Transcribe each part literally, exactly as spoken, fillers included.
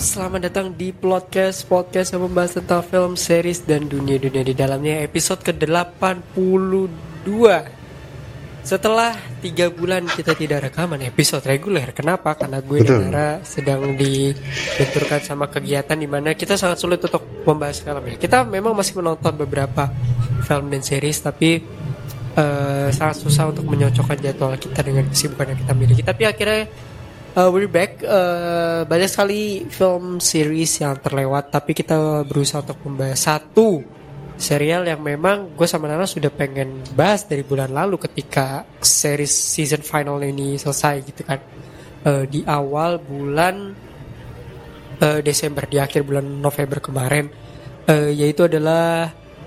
Selamat datang di Plotcast, podcast yang membahas tentang film, series, dan dunia-dunia di dalamnya. Episode ke delapan puluh dua. Setelah tiga bulan kita tidak rekaman episode reguler. Kenapa? Karena gue dan Nara sedang dibenturkan sama kegiatan dimana kita sangat sulit untuk membahas film ya. Kita memang masih menonton beberapa film dan series, tapi uh, sangat susah untuk menyocokkan jadwal kita dengan kesibukan yang kita miliki. Tapi akhirnya Uh, we're back. Uh, banyak sekali film series yang terlewat, tapi kita berusaha untuk membahas satu serial yang memang gue sama Nana sudah pengen bahas dari bulan lalu ketika series season final ini selesai gitu kan. Uh, di awal bulan uh, Desember, di akhir bulan November kemarin, uh, yaitu adalah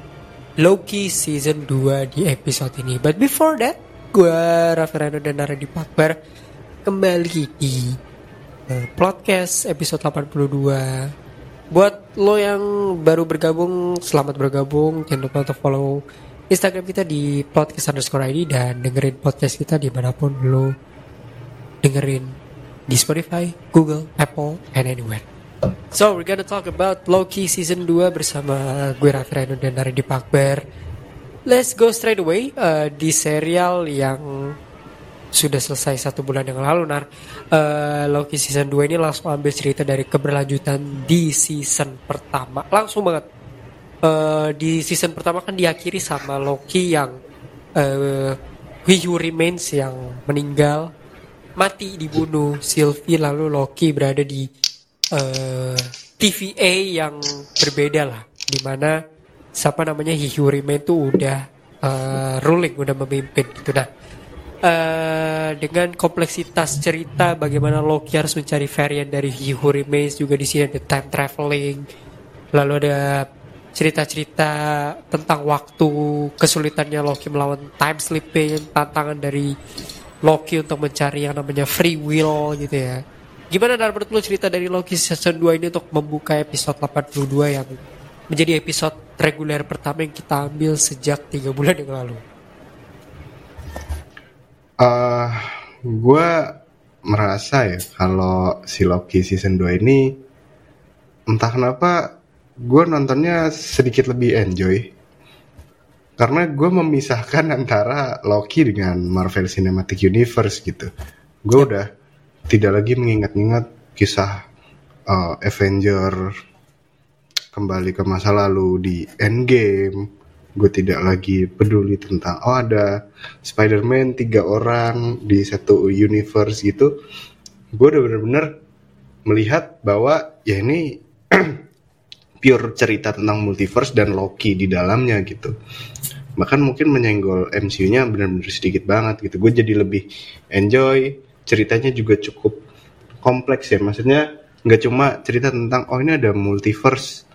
Loki season dua di episode ini. But before that, gue Raffi Rano dan Nara di Pakbar kembali di uh, Plotcast episode delapan puluh dua. Buat lo yang baru bergabung, selamat bergabung. Jangan lupa untuk follow Instagram kita di Plotcast underscore I D dan dengerin podcast kita dimanapun lo dengerin, di Spotify, Google, Apple, and anywhere. So we're gonna talk about Loki season dua bersama gue Raffi Rano dan Nara di Pakbar. Let's go straight away uh, di serial yang sudah selesai satu bulan yang lalu, Nar. uh, Loki season dua ini langsung ambil cerita dari keberlanjutan di season pertama. Langsung banget. uh, Di season pertama kan diakhiri sama Loki yang uh, He Who Remains yang meninggal, mati dibunuh Sylvie. Lalu Loki berada di uh, T V A yang berbeda lah, dimana siapa namanya He Who Remains tuh udah uh, ruling, udah memimpin gitu. Nah, Uh, dengan kompleksitas cerita bagaimana Loki harus mencari varian dari He Who Remains, juga di sini ada time traveling, lalu ada cerita-cerita tentang waktu, kesulitannya Loki melawan time slipping, tantangan dari Loki untuk mencari yang namanya free will gitu ya. Gimana dari menurut lo cerita dari Loki season dua ini untuk membuka episode delapan puluh dua yang menjadi episode reguler pertama yang kita ambil sejak tiga bulan yang lalu? Uh, gue merasa ya kalau si Loki season dua ini entah kenapa gue nontonnya sedikit lebih enjoy, karena gue memisahkan antara Loki dengan Marvel Cinematic Universe gitu. Gue yep. udah tidak lagi mengingat-ingat kisah uh, Avenger kembali ke masa lalu di Endgame. Gue tidak lagi peduli tentang oh ada Spider-Man tiga orang di satu universe gitu. Gue udah bener-bener melihat bahwa ya ini pure cerita tentang multiverse dan Loki di dalamnya gitu. Bahkan mungkin menyenggol M C U-nya bener-bener sedikit banget gitu. Gue jadi lebih enjoy, ceritanya juga cukup kompleks ya. Maksudnya gak cuma cerita tentang oh ini ada multiverse,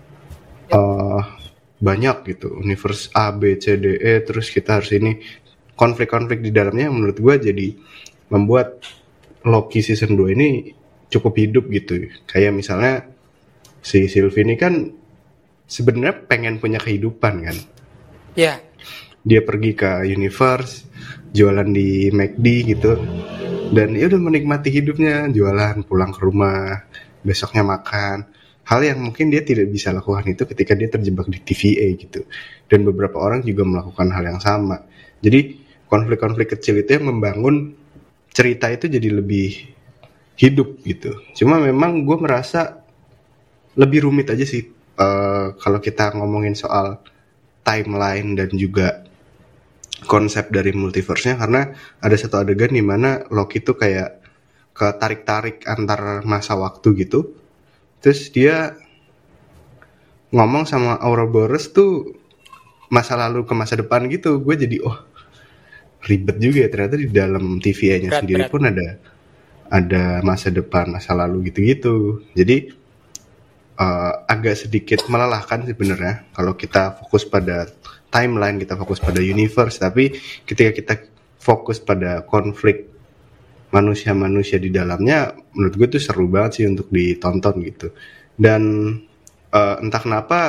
uh, banyak gitu, universe A, B, C, D, E, terus kita harus ini, konflik-konflik di dalamnya menurut gue jadi membuat Loki season dua ini cukup hidup gitu. Kayak misalnya si Sylvie ini kan sebenarnya pengen punya kehidupan kan. Iya. Yeah. Dia pergi ke universe, jualan di McD gitu, dan dia udah menikmati hidupnya, jualan, pulang ke rumah, besoknya makan. Hal yang mungkin dia tidak bisa lakukan itu ketika dia terjebak di T V A gitu. Dan beberapa orang juga melakukan hal yang sama. Jadi konflik-konflik kecil itu yang membangun cerita itu jadi lebih hidup gitu. Cuma memang gue merasa lebih rumit aja sih uh, kalau kita ngomongin soal timeline dan juga konsep dari multiverse-nya. Karena ada satu adegan di mana Loki tuh kayak ketarik-tarik antar masa waktu gitu. Terus dia ngomong sama Ouroboros tuh masa lalu ke masa depan gitu. Gue jadi oh ribet juga ya, ternyata di dalam T V A-nya sendiri berat. Pun ada ada masa depan, masa lalu gitu-gitu. Jadi uh, agak sedikit melelahkan sebenarnya kalau kita fokus pada timeline, kita fokus pada universe. Tapi ketika kita fokus pada konflik manusia-manusia di dalamnya, menurut gue tuh seru banget sih untuk ditonton gitu. Dan uh, entah kenapa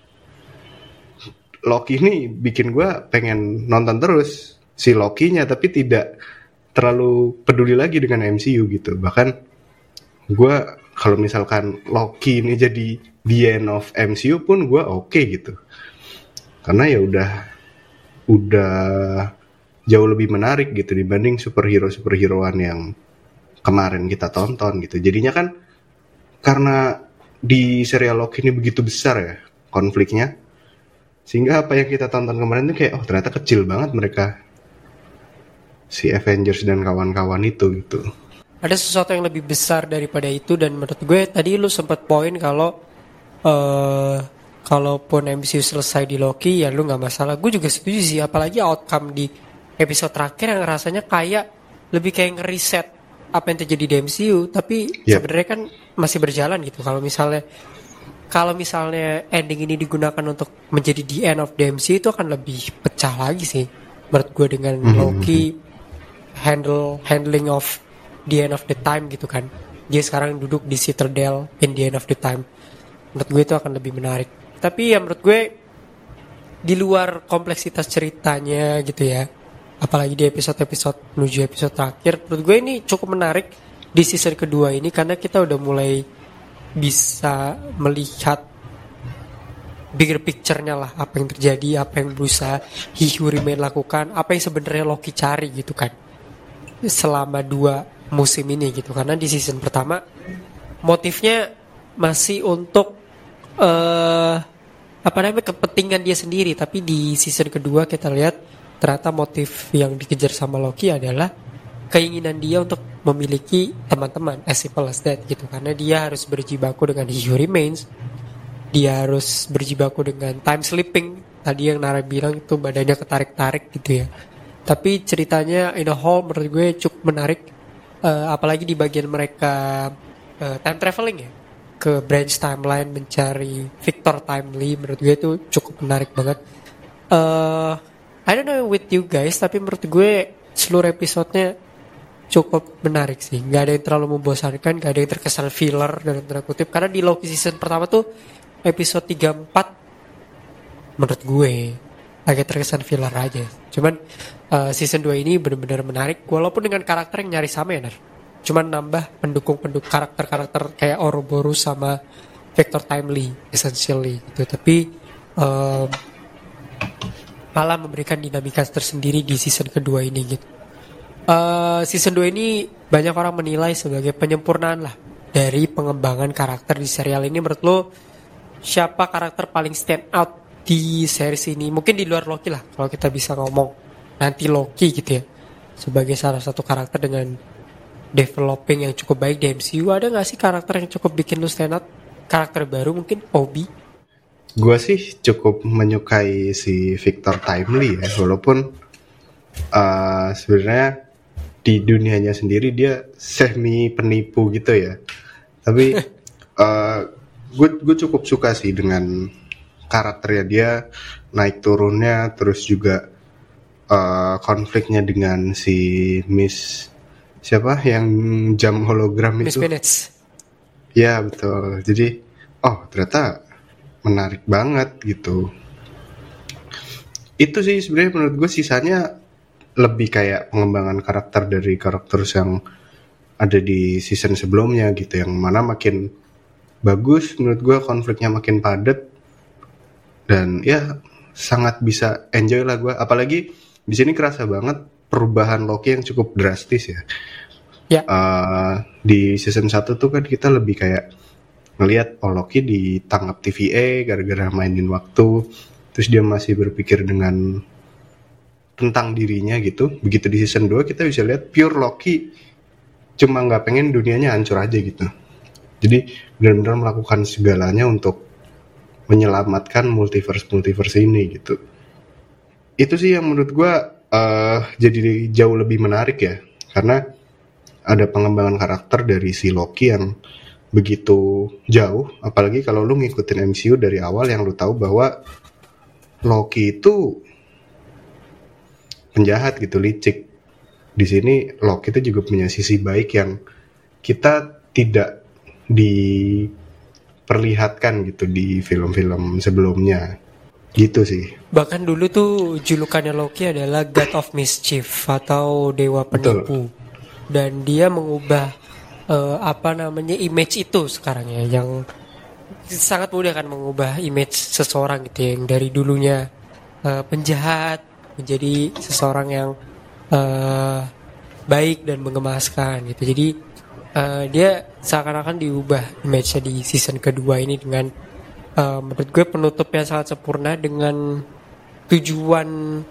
Loki ini bikin gue pengen nonton terus si Loki-nya, tapi tidak terlalu peduli lagi dengan M C U gitu. Bahkan gue kalau misalkan Loki ini jadi the end of M C U pun gue oke okay gitu, karena ya udah udah jauh lebih menarik gitu dibanding superhero superheroan yang kemarin kita tonton gitu. Jadinya kan karena di serial Loki ini begitu besar ya konfliknya, sehingga apa yang kita tonton kemarin tuh kayak oh ternyata kecil banget mereka, si Avengers dan kawan-kawan itu gitu. Ada sesuatu yang lebih besar daripada itu, dan menurut gue tadi lu sempat poin kalau uh, kalaupun M C U selesai di Loki ya lu nggak masalah. Gue juga setuju sih, apalagi outcome di episode terakhir yang rasanya kayak lebih kayak ngeriset apa yang terjadi di M C U, tapi Yep. sebenarnya kan masih berjalan gitu. Kalau misalnya kalau misalnya ending ini digunakan untuk menjadi the end of the M C U, itu akan lebih pecah lagi sih menurut gue dengan Mhm. Loki handle handling of the end of the time gitu kan. Dia sekarang duduk di Citadel in the end of the time. Menurut gue itu akan lebih menarik. Tapi ya menurut gue di luar kompleksitas ceritanya gitu ya, apalagi di episode-episode menuju episode terakhir, menurut gue ini cukup menarik di season kedua ini karena kita udah mulai bisa melihat bigger picture-nya lah, apa yang terjadi, apa yang berusaha He Who Remain lakukan, apa yang sebenarnya Loki cari gitu kan selama dua musim ini gitu. Karena di season pertama motifnya masih untuk uh, apa namanya kepentingan dia sendiri, tapi di season kedua kita lihat ternyata motif yang dikejar sama Loki adalah keinginan dia untuk memiliki teman-teman, as simple as that gitu. Karena dia harus berjibaku dengan He Who Remains, dia harus berjibaku dengan time slipping, tadi yang Nara bilang itu badannya ketarik-tarik gitu ya. Tapi ceritanya in a whole menurut gue cukup menarik, uh, apalagi di bagian mereka uh, time traveling ya ke branch timeline mencari Victor Timely. Menurut gue itu cukup menarik banget. uh, I don't know with you guys, tapi menurut gue seluruh episodenya cukup menarik sih. Gak ada yang terlalu membosankan, gak ada yang terkesan filler dalam tanda kutip. Karena di Loki season pertama tuh episode tiga empat menurut gue agak terkesan filler aja. Cuman uh, season dua ini benar-benar menarik, walaupun dengan karakter yang nyaris sama ya Nar. Cuman nambah pendukung-pendukung karakter-karakter kayak Ouroboros sama Victor Timely essentially gitu. Tapi um, malah memberikan dinamika tersendiri di season kedua ini gitu. Uh, season dua ini banyak orang menilai sebagai penyempurnaan lah dari pengembangan karakter di serial ini. Menurut lo siapa karakter paling stand out di series ini? Mungkin di luar Loki lah, kalau kita bisa ngomong nanti Loki gitu ya, sebagai salah satu karakter dengan developing yang cukup baik di M C U. Ada gak sih karakter yang cukup bikin lo stand out? Karakter baru mungkin, Obi? Gue sih cukup menyukai si Victor Timely ya, walaupun uh, sebenarnya di dunianya sendiri dia semi penipu gitu ya. Tapi uh, gue gue cukup suka sih dengan karakternya, dia naik turunnya, terus juga uh, konfliknya dengan si Miss siapa yang jam hologram Miss itu. Minutes. Ya betul. Jadi oh ternyata menarik banget gitu. Itu sih sebenarnya menurut gue sisanya lebih kayak pengembangan karakter dari karakter yang ada di season sebelumnya gitu, yang mana makin bagus menurut gue, konfliknya makin padat dan ya sangat bisa enjoy lah gue. Apalagi di sini kerasa banget perubahan Loki yang cukup drastis ya. Ya. Uh, di season satu tuh kan kita lebih kayak ngelihat oh Loki ditangkap T V A gara-gara mainin waktu, terus dia masih berpikir dengan tentang dirinya gitu. Begitu di season dua kita bisa lihat pure Loki cuma nggak pengen dunianya hancur aja gitu. Jadi benar-benar melakukan segalanya untuk menyelamatkan multiverse-multiverse ini gitu. Itu sih yang menurut gue uh, jadi jauh lebih menarik ya, karena ada pengembangan karakter dari si Loki yang begitu jauh. Apalagi kalau lu ngikutin M C U dari awal, yang lu tahu bahwa Loki itu penjahat gitu, licik. Di sini Loki itu juga punya sisi baik yang kita tidak diperlihatkan gitu di film-film sebelumnya. Gitu sih. Bahkan dulu tuh julukannya Loki adalah God of Mischief atau dewa penipu. Betul. Dan dia mengubah uh, apa namanya image itu sekarang ya, yang sangat mudah kan mengubah image seseorang gitu ya, yang dari dulunya uh, penjahat menjadi seseorang yang uh, baik dan mengemaskan gitu. Jadi uh, dia seakan-akan diubah image-nya di season kedua ini dengan uh, menurut gue penutup yang sangat sempurna dengan tujuan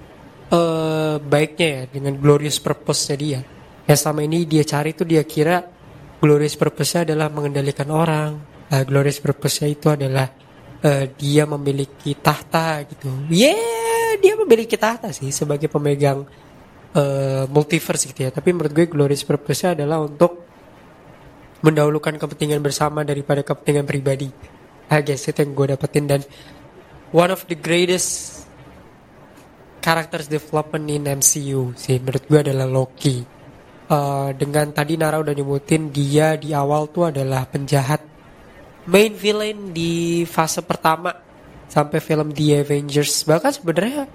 uh, baiknya ya, dengan glorious purpose-nya dia. Yang selama ini dia cari tuh dia kira glorious purpose-nya adalah mengendalikan orang. Uh, glorious purpose-nya itu adalah uh, dia memiliki tahta gitu. Yeah, dia memiliki tahta sih sebagai pemegang uh, multiverse gitu ya. Tapi menurut gue glorious purpose-nya adalah untuk mendahulukan kepentingan bersama daripada kepentingan pribadi. I guess itu yang gue dapetin. Dan one of the greatest characters development in M C U sih menurut gue adalah Loki. Uh, dengan tadi Nara udah nyebutin dia di awal tuh adalah penjahat, main villain di fase pertama sampai film The Avengers. Bahkan sebenarnya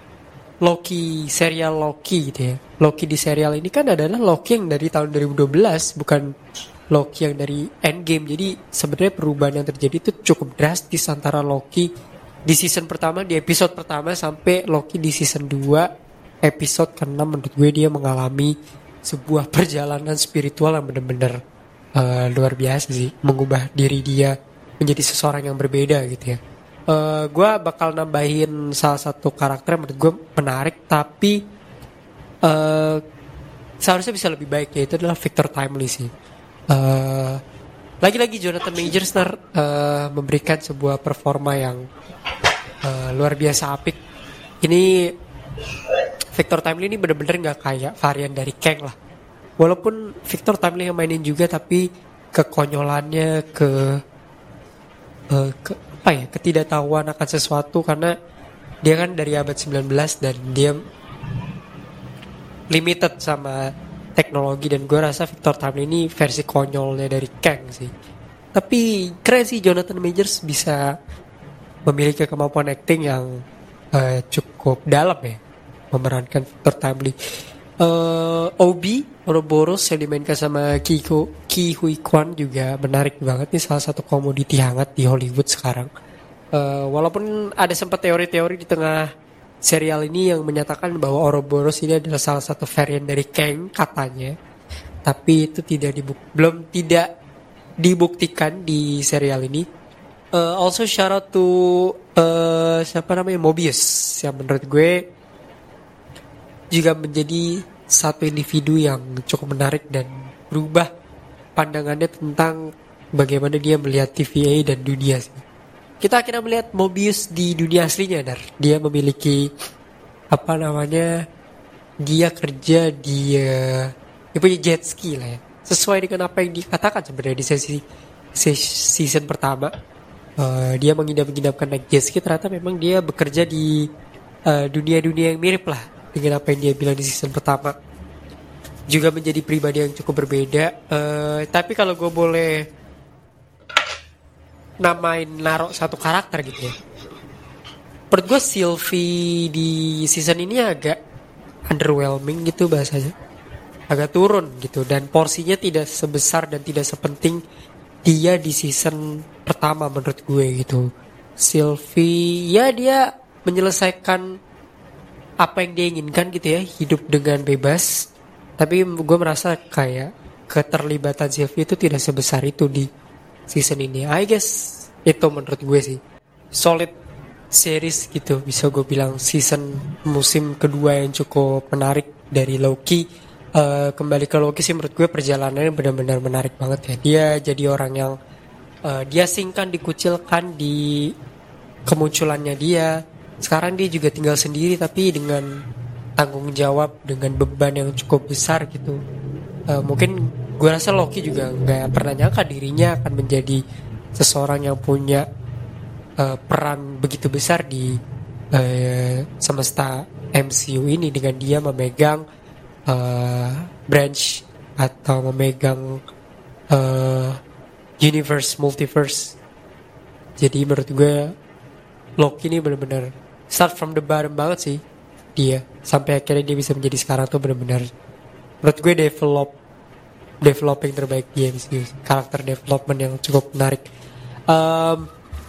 Loki, serial Loki gitu ya, Loki di serial ini kan adalah Loki yang dari tahun dua ribu dua belas, bukan Loki yang dari Endgame. Jadi sebenarnya perubahan yang terjadi itu cukup drastis antara Loki di season pertama, di episode pertama, sampai Loki di season dua episode keenam. Menurut gue dia mengalami sebuah perjalanan spiritual yang benar-benar uh, luar biasa sih, mengubah diri dia menjadi seseorang yang berbeda gitu ya. Uh, gue bakal nambahin salah satu karakter yang menurut gue menarik tapi uh, seharusnya bisa lebih baik, yaitu adalah Victor Timely sih. Uh, lagi-lagi Jonathan Majors uh, memberikan sebuah performa yang uh, luar biasa apik. Ini Victor Timely ini benar-benar nggak kayak varian dari Kang lah. Walaupun Victor Timely yang mainin juga, tapi kekonyolannya, ke, uh, ke apa ya, ketidaktahuan akan sesuatu, karena dia kan dari abad sembilan belas dan dia limited sama teknologi. Dan gue rasa Victor Timely ini versi konyolnya dari Kang sih. Tapi keren sih Jonathan Majors bisa memiliki kemampuan acting yang uh, cukup dalam ya, memerankan Victor Timely. Uh, Obi Ouroboros yang dimainkan sama Kiko Ki Hui Kwan juga menarik banget nih, salah satu komoditi hangat di Hollywood sekarang. Uh, walaupun ada sempat teori-teori di tengah serial ini yang menyatakan bahwa Ouroboros ini adalah salah satu varian dari Kang katanya, tapi itu tidak dibuk- belum tidak dibuktikan di serial ini. Uh, also shout out to uh, siapa namanya, Mobius, yang menurut gue juga menjadi satu individu yang cukup menarik dan berubah pandangannya tentang bagaimana dia melihat T V A dan dunia sih. Kita akhirnya melihat Mobius di dunia aslinya, Dar. Dia memiliki apa namanya, dia kerja di uh, dia punya jet ski lah ya, sesuai dengan apa yang dikatakan sebenarnya di sesi, sesi season pertama. Uh, dia mengidap-idapkan naik jet ski, ternyata memang dia bekerja di uh, dunia-dunia yang mirip lah dengan apa yang dia bilang di season pertama. Juga menjadi pribadi yang cukup berbeda. Uh, tapi kalau gue boleh namain, naruh satu karakter gitu ya, menurut gue Sylvie di season ini agak underwhelming gitu bahasanya, agak turun gitu, dan porsinya tidak sebesar dan tidak sepenting dia di season pertama menurut gue gitu. Sylvie ya, dia menyelesaikan apa yang dia inginkan gitu ya, hidup dengan bebas. Tapi gue merasa kayak keterlibatan Sylvie itu tidak sebesar itu di season ini. I guess itu menurut gue sih solid series gitu, bisa gue bilang season musim kedua yang cukup menarik dari Loki. Uh, kembali ke Loki sih, menurut gue perjalanannya benar-benar menarik banget ya. Dia jadi orang yang uh, diasingkan, dikucilkan di kemunculannya dia. Sekarang dia juga tinggal sendiri tapi dengan tanggung jawab, dengan beban yang cukup besar gitu. Uh, mungkin gue rasa Loki juga nggak pernah nyangka dirinya akan menjadi seseorang yang punya uh, peran begitu besar di uh, semesta M C U ini, dengan dia memegang uh, branch atau memegang uh, universe, multiverse. Jadi menurut gue Loki ini benar-benar start from the bottom banget sih dia, sampai akhirnya dia bisa menjadi sekarang tuh benar-benar menurut gue develop developing terbaik di M C U, karakter development yang cukup menarik. Um,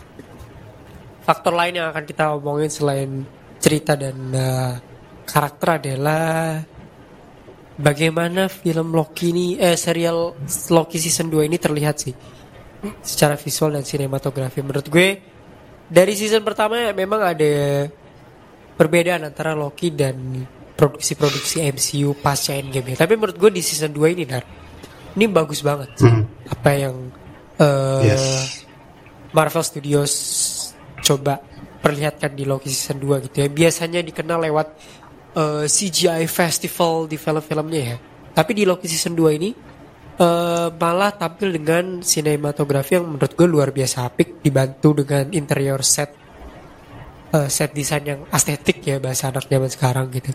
faktor lain yang akan kita omongin selain cerita dan uh, karakter adalah bagaimana film Loki ini, eh serial Loki season dua ini terlihat sih secara visual dan sinematografi. Menurut gue dari season pertama ya, memang ada perbedaan antara Loki dan produksi-produksi M C U pasca Endgame. Tapi menurut gue di season dua ini Dar, ini bagus banget sih. Mm. Apa yang uh, yes. Marvel Studios coba perlihatkan di Loki season dua gitu ya. Biasanya dikenal lewat uh, C G I festival di film-filmnya ya. Tapi di Loki season dua ini uh, malah tampil dengan sinematografi yang menurut gue luar biasa apik, dibantu dengan interior set uh, set desain yang estetik ya, bahasa anak zaman sekarang gitu.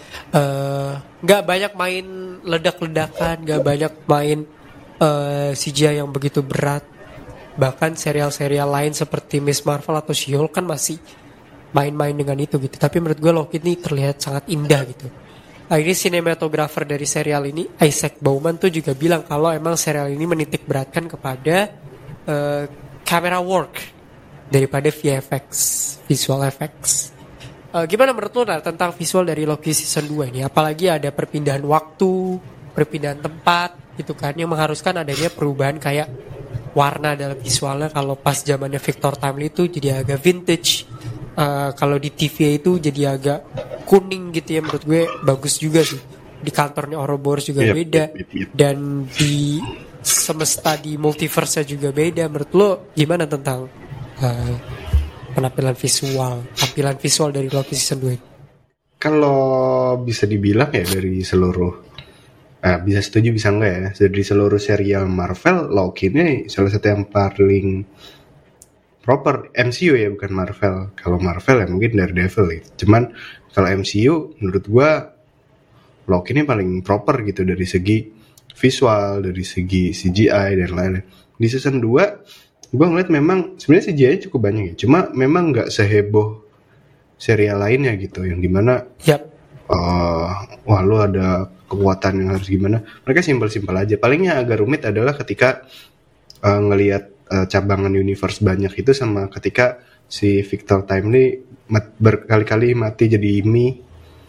Nggak uh, banyak main ledak-ledakan, nggak banyak main uh, C G I yang begitu berat. Bahkan serial-serial lain seperti Miss Marvel atau She-Hulk kan masih main-main dengan itu gitu. Tapi menurut gue Loki ini terlihat sangat indah gitu. Nah, ini sinematografer dari serial ini, Isaac Bowman tuh juga bilang kalau emang serial ini menitik beratkan kepada uh, camera work daripada V F X, visual effects. Uh, gimana menurut lo nah, tentang visual dari Loki season dua ini? Apalagi ada perpindahan waktu, perpindahan tempat gitu kan, yang mengharuskan adanya perubahan kayak warna dalam visualnya. Kalau pas zamannya Victor Timely itu jadi agak vintage, uh, kalau di T V itu jadi agak kuning gitu ya. Menurut gue bagus juga sih. Di kantornya Ouroboros juga yep, beda yep, yep, yep. Dan di semesta di multiverse juga beda. Menurut lo gimana tentang uh, penampilan visual, tampilan visual dari Loki season dua ini? Kalau bisa dibilang ya dari seluruh, eh, bisa setuju bisa enggak ya, dari seluruh serial Marvel, Loki ini salah satu yang paling proper. M C U ya, bukan Marvel. Kalau Marvel ya mungkin Daredevil ya. Cuman kalau M C U menurut gua Loki ini paling proper gitu dari segi visual, dari segi C G I dan lain-lain. Di season dua gue ngeliat memang sebenarnya C G I cukup banyak ya, cuma memang nggak seheboh serial lainnya gitu, yang dimana yep. uh, wah lu ada kekuatan yang harus gimana. Mereka simpel-simpel aja. Palingnya agak rumit adalah ketika uh, ngelihat uh, cabangan universe banyak itu, sama ketika si Victor Timely mat- berkali-kali mati jadi mie.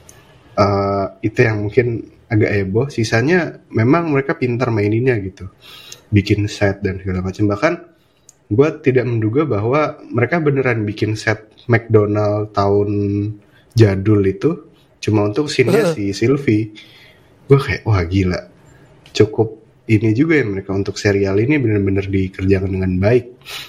Uh, itu yang mungkin agak heboh. Sisanya memang mereka pintar maininnya gitu, bikin set dan segala macam. Bahkan gue tidak menduga bahwa mereka beneran bikin set McDonald tahun jadul itu cuma untuk scene-nya uh. si Sylvie. Gue kayak wah gila, cukup ini juga ya mereka untuk serial ini bener-bener dikerjakan dengan baik.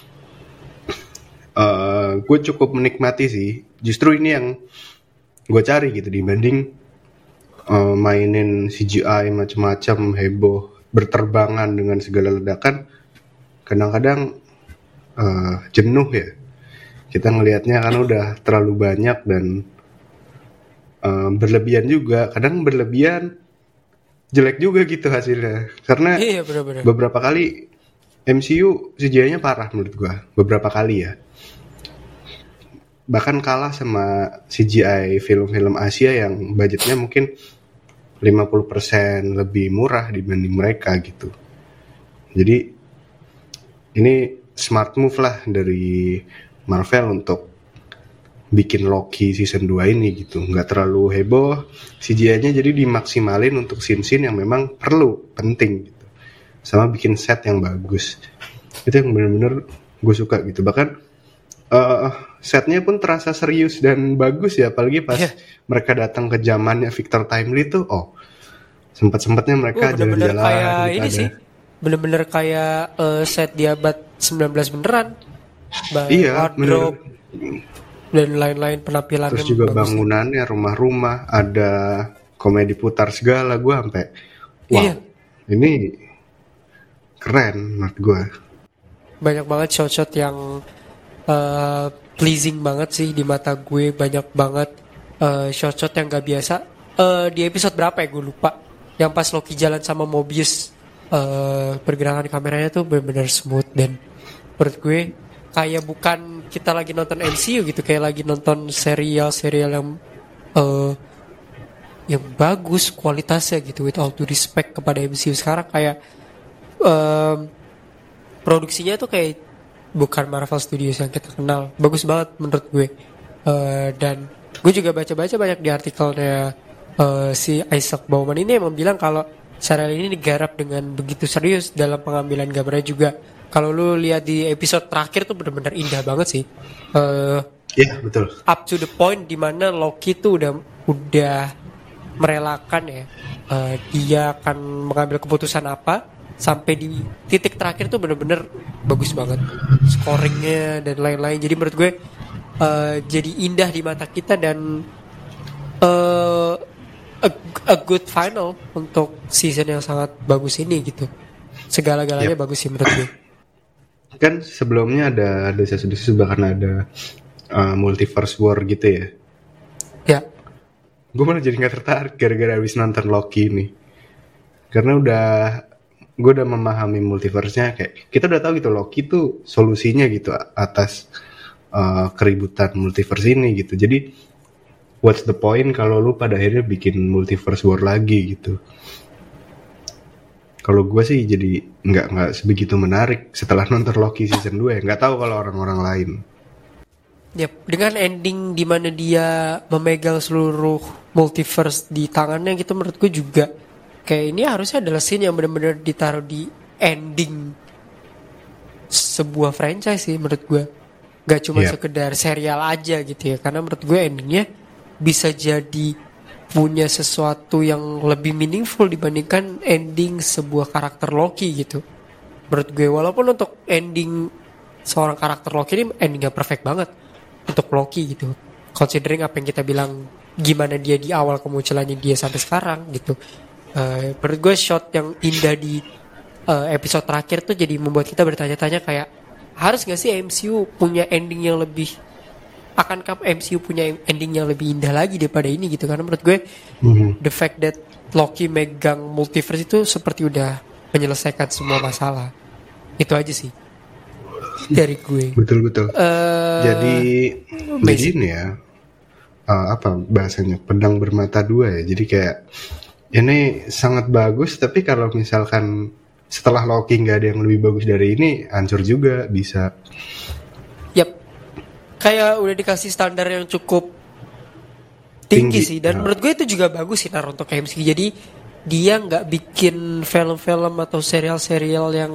Uh, gue cukup menikmati sih. Justru ini yang gue cari gitu, dibanding uh, mainin C G I macam-macam heboh berterbangan dengan segala ledakan. Kadang-kadang Uh, jenuh ya kita ngelihatnya, kan udah terlalu banyak dan uh, berlebihan juga. Kadang berlebihan jelek juga gitu hasilnya, karena iya, bener-bener. Beberapa kali M C U C G I-nya parah menurut gua, beberapa kali ya, bahkan kalah sama C G I film-film Asia yang budgetnya mungkin lima puluh persen lebih murah dibanding mereka gitu. Jadi ini smart move lah dari Marvel untuk bikin Loki season dua ini gitu. Nggak terlalu heboh, C G I-nya jadi dimaksimalin untuk scene-scene yang memang perlu, penting gitu. Sama bikin set yang bagus. Itu yang benar-benar gue suka gitu. Bahkan uh, setnya pun terasa serius dan bagus ya. Apalagi pas yeah. mereka datang ke zamannya Victor Timely tuh, oh sempat-sempatnya mereka oh, jalan-jalan kayak gitu ini ada. Sih bener-bener kayak uh, set di abad sembilan belas beneran. Ba- iya, wardrobe bener. Dan lain-lain penampilannya. Terus juga bangunannya, rumah-rumah, ada komedi putar segala. Gue sampai wow, iya. Ini keren menurut gue. Banyak banget shot-shot yang uh, pleasing banget sih di mata gue. Banyak banget uh, shot-shot yang gak biasa. Uh, di episode berapa ya gue lupa, yang pas Loki jalan sama Mobius, uh, pergerakan kameranya tuh benar-benar smooth. Dan menurut gue kayak bukan kita lagi nonton M C U gitu, kayak lagi nonton serial-serial yang uh, yang bagus kualitasnya gitu, with all due respect kepada M C U sekarang. Kayak um, produksinya tuh kayak bukan Marvel Studios yang kita kenal, bagus banget menurut gue. Uh, dan gue juga baca-baca banyak di artikelnya uh, si Isaac Bauman ini emang bilang kalau serial ini digarap dengan begitu serius dalam pengambilan gambarnya juga. Kalau lu lihat di episode terakhir tuh benar-benar indah banget sih. Uh, Iya, yeah, betul. Up to the point dimana Loki tuh udah udah merelakan ya, uh, dia akan mengambil keputusan apa, sampai di titik terakhir tuh bener-bener bagus banget scoringnya dan lain-lain. Jadi menurut gue uh, jadi indah di mata kita dan uh, a, a good final untuk season yang sangat bagus ini gitu. Segala-galanya yep. bagus sih menurut gue. Kan sebelumnya ada ada sesuatu bahkan ada uh, multiverse war gitu ya. Ya. Gue malah jadi nggak tertarik gara-gara habis nonton Loki ini. Karena udah gue udah memahami multiverse-nya, kayak kita udah tahu gitu Loki tuh solusinya gitu atas uh, keributan multiverse ini gitu. Jadi what's the point kalau lu pada akhirnya bikin multiverse war lagi gitu. Kalau gue sih jadi nggak nggak sebegitu menarik setelah nonton Loki season dua ya. Nggak tahu kalau orang-orang lain. Yep, dengan ending di mana dia memegang seluruh multiverse di tangannya gitu, menurut gue juga kayak ini harusnya adalah scene yang benar-benar ditaruh di ending sebuah franchise sih menurut gue. Gak cuma yeah. sekedar serial aja gitu ya. Karena menurut gue endingnya bisa jadi punya sesuatu yang lebih meaningful dibandingkan ending sebuah karakter Loki gitu. Menurut gue walaupun untuk ending seorang karakter Loki ini endingnya perfect banget untuk Loki gitu. Considering apa yang kita bilang gimana dia di awal kemunculannya dia sampai sekarang gitu. Uh, menurut gue shot yang indah di uh, episode terakhir tuh jadi membuat kita bertanya-tanya kayak harus gak sih M C U punya ending yang lebih, akankah M C U punya ending yang lebih indah lagi daripada ini gitu. Karena menurut gue mm-hmm. the fact that Loki megang multiverse itu seperti udah menyelesaikan semua masalah. Itu aja sih dari gue. Betul-betul. Uh, jadi jadi ini ya uh, apa bahasanya, pedang bermata dua ya. Jadi kayak ini sangat bagus, tapi kalau misalkan setelah Loki nggak ada yang lebih bagus dari ini, hancur juga bisa. Yap, kayak udah dikasih standar yang cukup tinggi, tinggi sih. Dan nah. menurut gue itu juga bagus sih Nar untuk M C U. Jadi dia nggak bikin film-film atau serial-serial yang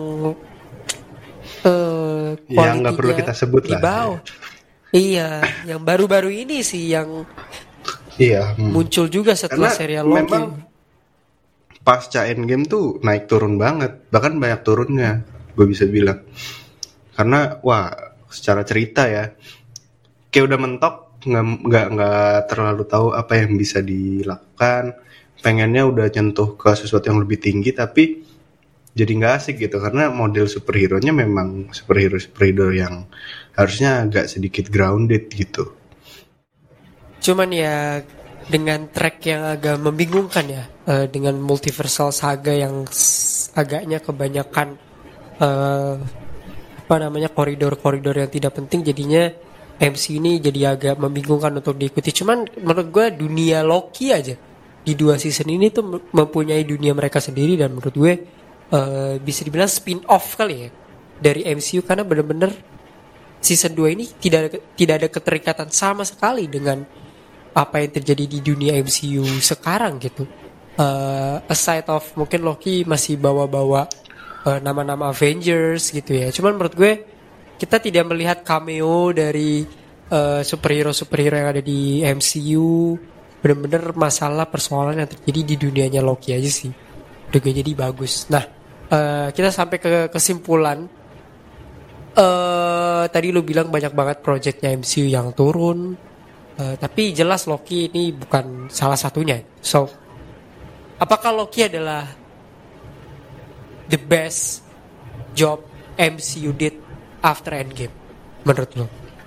uh, yang nggak perlu kita sebut lah. Bawah. Iya, yang baru-baru ini sih yang iya hmm. muncul juga setelah karena serial Loki. Memang pasca Endgame tuh naik turun banget, bahkan banyak turunnya, gue bisa bilang. Karena wah, secara cerita ya, kayak udah mentok, nggak nggak nggak terlalu tahu apa yang bisa dilakukan. Pengennya udah nyentuh ke sesuatu yang lebih tinggi, tapi jadi nggak asik gitu. Karena model superhero-nya memang superhero superhero yang harusnya agak sedikit grounded gitu. Cuman ya dengan track yang agak membingungkan ya, uh, dengan multiversal saga yang agaknya kebanyakan uh, apa namanya koridor-koridor yang tidak penting, jadinya M C U ini jadi agak membingungkan untuk diikuti. Cuman menurut gue dunia Loki aja di dua season ini tuh mempunyai dunia mereka sendiri, dan menurut gue uh, bisa dibilang spin off kali ya dari M C U, karena benar-benar season dua ini tidak ada, tidak ada keterikatan sama sekali dengan apa yang terjadi di dunia M C U sekarang gitu. Uh, aside of mungkin Loki masih bawa-bawa uh, nama-nama Avengers gitu ya. Cuman menurut gue kita tidak melihat cameo dari uh, superhero-superhero yang ada di M C U. Bener-bener masalah persoalan yang terjadi di dunianya Loki aja sih. Udah gue jadi bagus. Nah, uh, kita sampai ke kesimpulan. Uh, tadi lu bilang banyak banget projectnya M C U yang turun, uh, tapi jelas Loki ini bukan salah satunya. So, apakah Loki adalah the best job M C U did after Endgame menurut lu?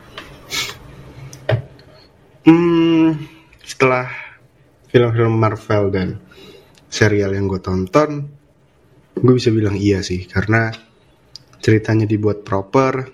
Hmm, setelah film-film Marvel dan serial yang gue tonton, gue bisa bilang iya sih, karena ceritanya dibuat proper,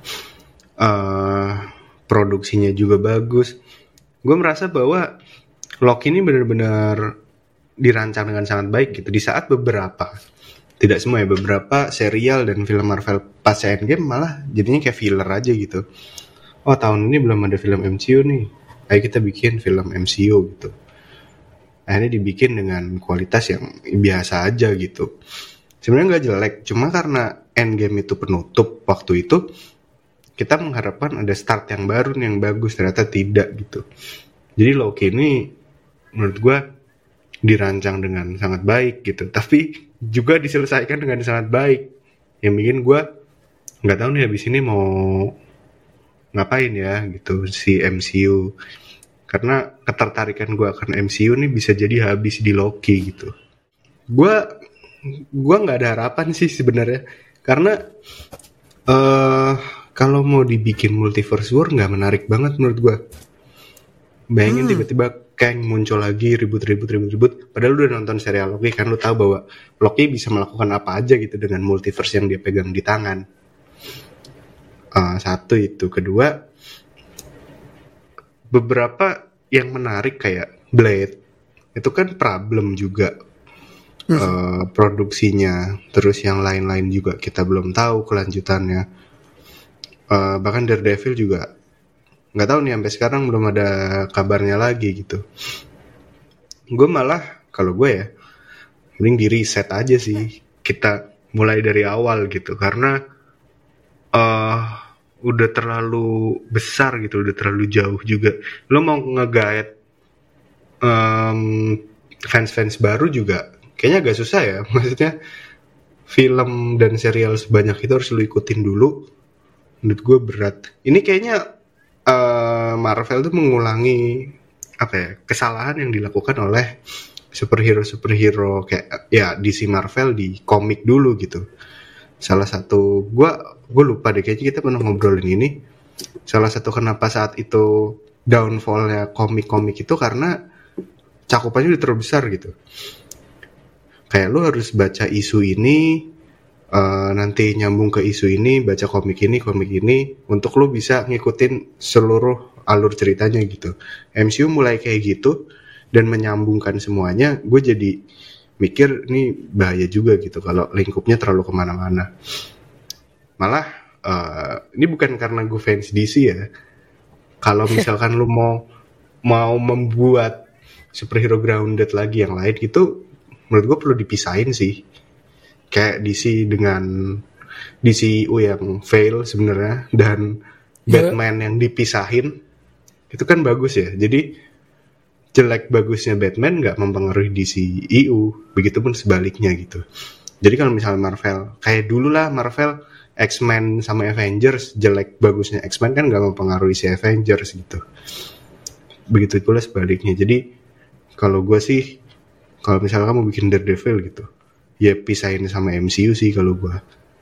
uh, produksinya juga bagus. Gue merasa bahwa Loki ini benar-benar dirancang dengan sangat baik gitu. Di saat beberapa, tidak semua ya, beberapa serial dan film Marvel pasca Endgame malah jadinya kayak filler aja gitu. Oh, tahun ini belum ada film M C U nih, ayo kita bikin film M C U gitu. Akhirnya dibikin dengan kualitas yang biasa aja gitu. Sebenarnya nggak jelek, cuma karena Endgame itu penutup waktu itu, kita mengharapkan ada start yang baru nih, yang bagus, ternyata tidak gitu. Jadi Loki ini menurut gue dirancang dengan sangat baik gitu, tapi juga diselesaikan dengan sangat baik, yang bikin gue nggak tahu nih habis ini mau ngapain ya gitu si M C U, karena ketertarikan gue akan M C U nih bisa jadi habis di Loki gitu. Gue gue nggak ada harapan sih sebenarnya, karena uh, kalau mau dibikin multiverse war nggak menarik banget menurut gue. Bayangin hmm. tiba-tiba Kang muncul lagi ribut-ribut-ribut-ribut, padahal lu udah nonton serial Loki kan, lu tahu bahwa Loki bisa melakukan apa aja gitu dengan multiverse yang dia pegang di tangan. Uh, satu itu, kedua beberapa yang menarik kayak Blade itu kan problem juga hmm. uh, produksinya, terus yang lain-lain juga kita belum tahu kelanjutannya. Uh, bahkan Daredevil juga nggak tahu nih, sampai sekarang belum ada kabarnya lagi gitu. Gue malah kalau gue ya mending di reset aja sih, kita mulai dari awal gitu, karena uh, udah terlalu besar gitu, udah terlalu jauh juga. Lo mau nge-guide um, fans-fans baru juga kayaknya agak susah ya. Maksudnya film dan serial sebanyak itu harus lo ikutin dulu. Menurut gue berat. Ini kayaknya uh, Marvel tuh mengulangi apa ya, kesalahan yang dilakukan oleh superhero-superhero kayak ya D C Marvel di komik dulu gitu. Salah satu, gue gue lupa deh, kayaknya kita pernah ngobrolin ini. Salah satu kenapa saat itu downfallnya komik-komik itu karena cakupannya udah terlalu besar gitu. Kayak lu harus baca isu ini, uh, nanti nyambung ke isu ini, baca komik ini, komik ini, untuk lu bisa ngikutin seluruh alur ceritanya gitu. M C U mulai kayak gitu dan menyambungkan semuanya, gue jadi mikir ini bahaya juga gitu kalau lingkupnya terlalu kemana-mana. Malah uh, ini bukan karena gue fans D C ya. Kalau misalkan lu mau mau membuat superhero grounded lagi yang lain gitu, menurut gue perlu dipisahin sih. Kayak D C dengan D C U yang fail sebenarnya, dan yeah. Batman yang dipisahin itu kan bagus ya. Jadi jelek bagusnya Batman nggak mempengaruhi D C E U, begitupun sebaliknya gitu. Jadi kalau misalnya Marvel kayak dulu lah, Marvel X-Men sama Avengers, jelek bagusnya X-Men kan nggak mempengaruhi si Avengers gitu. Begitu pula sebaliknya. Jadi kalau gue sih, kalau misalnya kamu bikin Daredevil gitu, ya pisahin sama M C U sih kalau gue.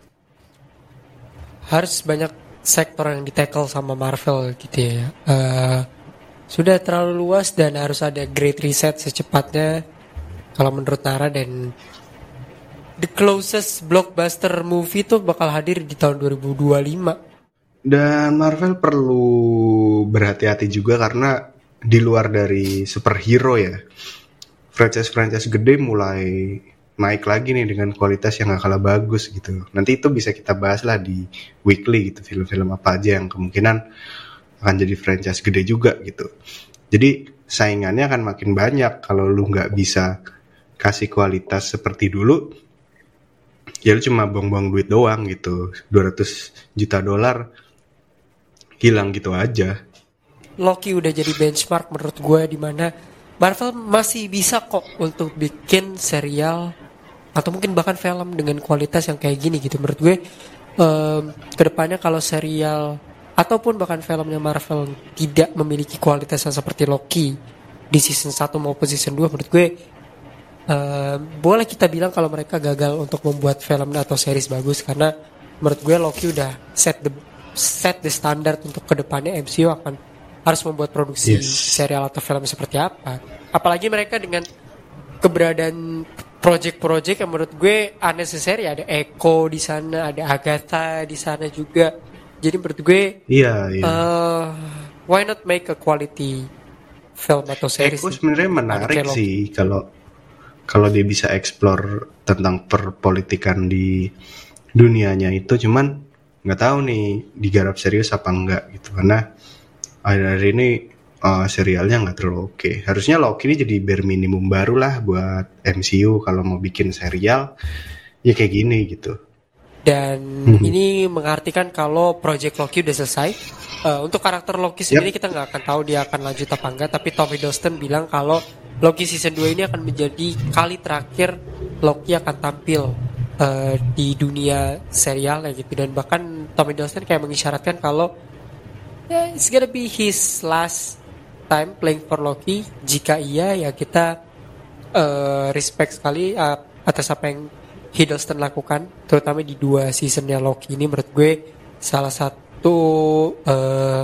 Harus banyak sektor yang di-tackle sama Marvel gitu ya. Uh, sudah terlalu luas dan harus ada great reset secepatnya kalau menurut Nara, dan the closest blockbuster movie tuh bakal hadir di tahun dua ribu dua puluh lima. Dan Marvel perlu berhati-hati juga karena di luar dari superhero ya, franchise-franchise gede mulai naik lagi nih dengan kualitas yang gak kalah bagus gitu. Nanti itu bisa kita bahas lah di weekly gitu, film-film apa aja yang kemungkinan akan jadi franchise gede juga gitu. Jadi saingannya akan makin banyak. Kalau lu gak bisa kasih kualitas seperti dulu, ya lu cuma buang-buang duit doang gitu. dua ratus juta dolar hilang gitu aja. Loki udah jadi benchmark menurut gue, dimana Marvel masih bisa kok untuk bikin serial atau mungkin bahkan film dengan kualitas yang kayak gini gitu. Menurut gue um, kedepannya kalau serial ataupun bahkan filmnya Marvel tidak memiliki kualitas yang seperti Loki di season satu maupun season dua, menurut gue um, boleh kita bilang kalau mereka gagal untuk membuat film atau series bagus, karena menurut gue Loki udah set the set the standard untuk kedepannya M C U akan harus membuat produksi yes. serial atau film seperti apa. Apalagi mereka dengan keberadaan project-project yang menurut gue unnecessary, ada Echo di sana, ada Agatha di sana juga. Jadi menurut gue, iya, iya. Uh, why not make a quality film atau series. Eko sebenarnya menarik Kayak Loki. sih kalau kalau dia bisa explore tentang perpolitikan di dunianya itu, cuman nggak tahu nih digarap serius apa enggak gitu, karena akhir-akhir ini uh, serialnya nggak terlalu oke. Harusnya Loki ini jadi bare minimum baru lah buat M C U kalau mau bikin serial ya kayak gini gitu. Dan Mhm. ini mengartikan kalau Project Loki udah selesai. Uh, untuk karakter Loki sendiri kita nggak akan tahu dia akan lanjut apa enggak, tapi Tom Hiddleston bilang kalau Loki season dua ini akan menjadi kali terakhir Loki akan tampil uh, di dunia serial ya gitu. Dan bahkan Tom Hiddleston kayak mengisyaratkan kalau yeah, it's gonna be his last time playing for Loki. Jika iya ya kita uh, respect sekali uh, atas apa yang Hiddleston lakukan, terutama di dua seasonnya Loki ini. Menurut gue salah satu uh,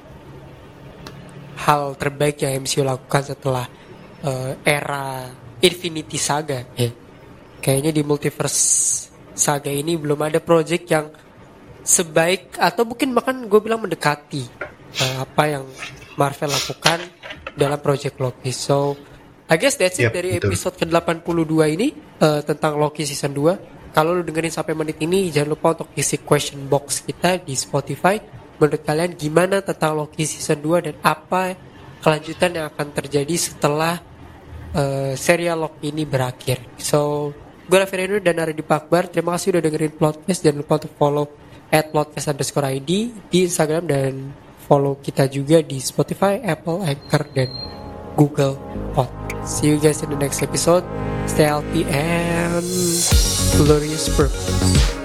hal terbaik yang M C U lakukan setelah uh, era Infinity Saga ya. Kayaknya di Multiverse Saga ini belum ada project yang sebaik atau mungkin bahkan gue bilang mendekati uh, apa yang Marvel lakukan dalam Project Loki. So I guess that's it Yap, dari betul. episode ke delapan puluh dua ini uh, tentang Loki season dua. Kalau lu dengerin sampai menit ini, jangan lupa untuk isi question box kita di Spotify. Menurut kalian gimana tentang Loki season dua dan apa kelanjutan yang akan terjadi setelah uh, serial Loki ini berakhir. So, gue Raffi Renu dan Ardi Pakbar. Terima kasih udah dengerin podcast. Jangan lupa untuk follow at podcast underscore id di Instagram dan follow kita juga di Spotify, Apple, Anchor, dan Google Podcast. See you guys in the next episode. Stay healthy and glorious purpose.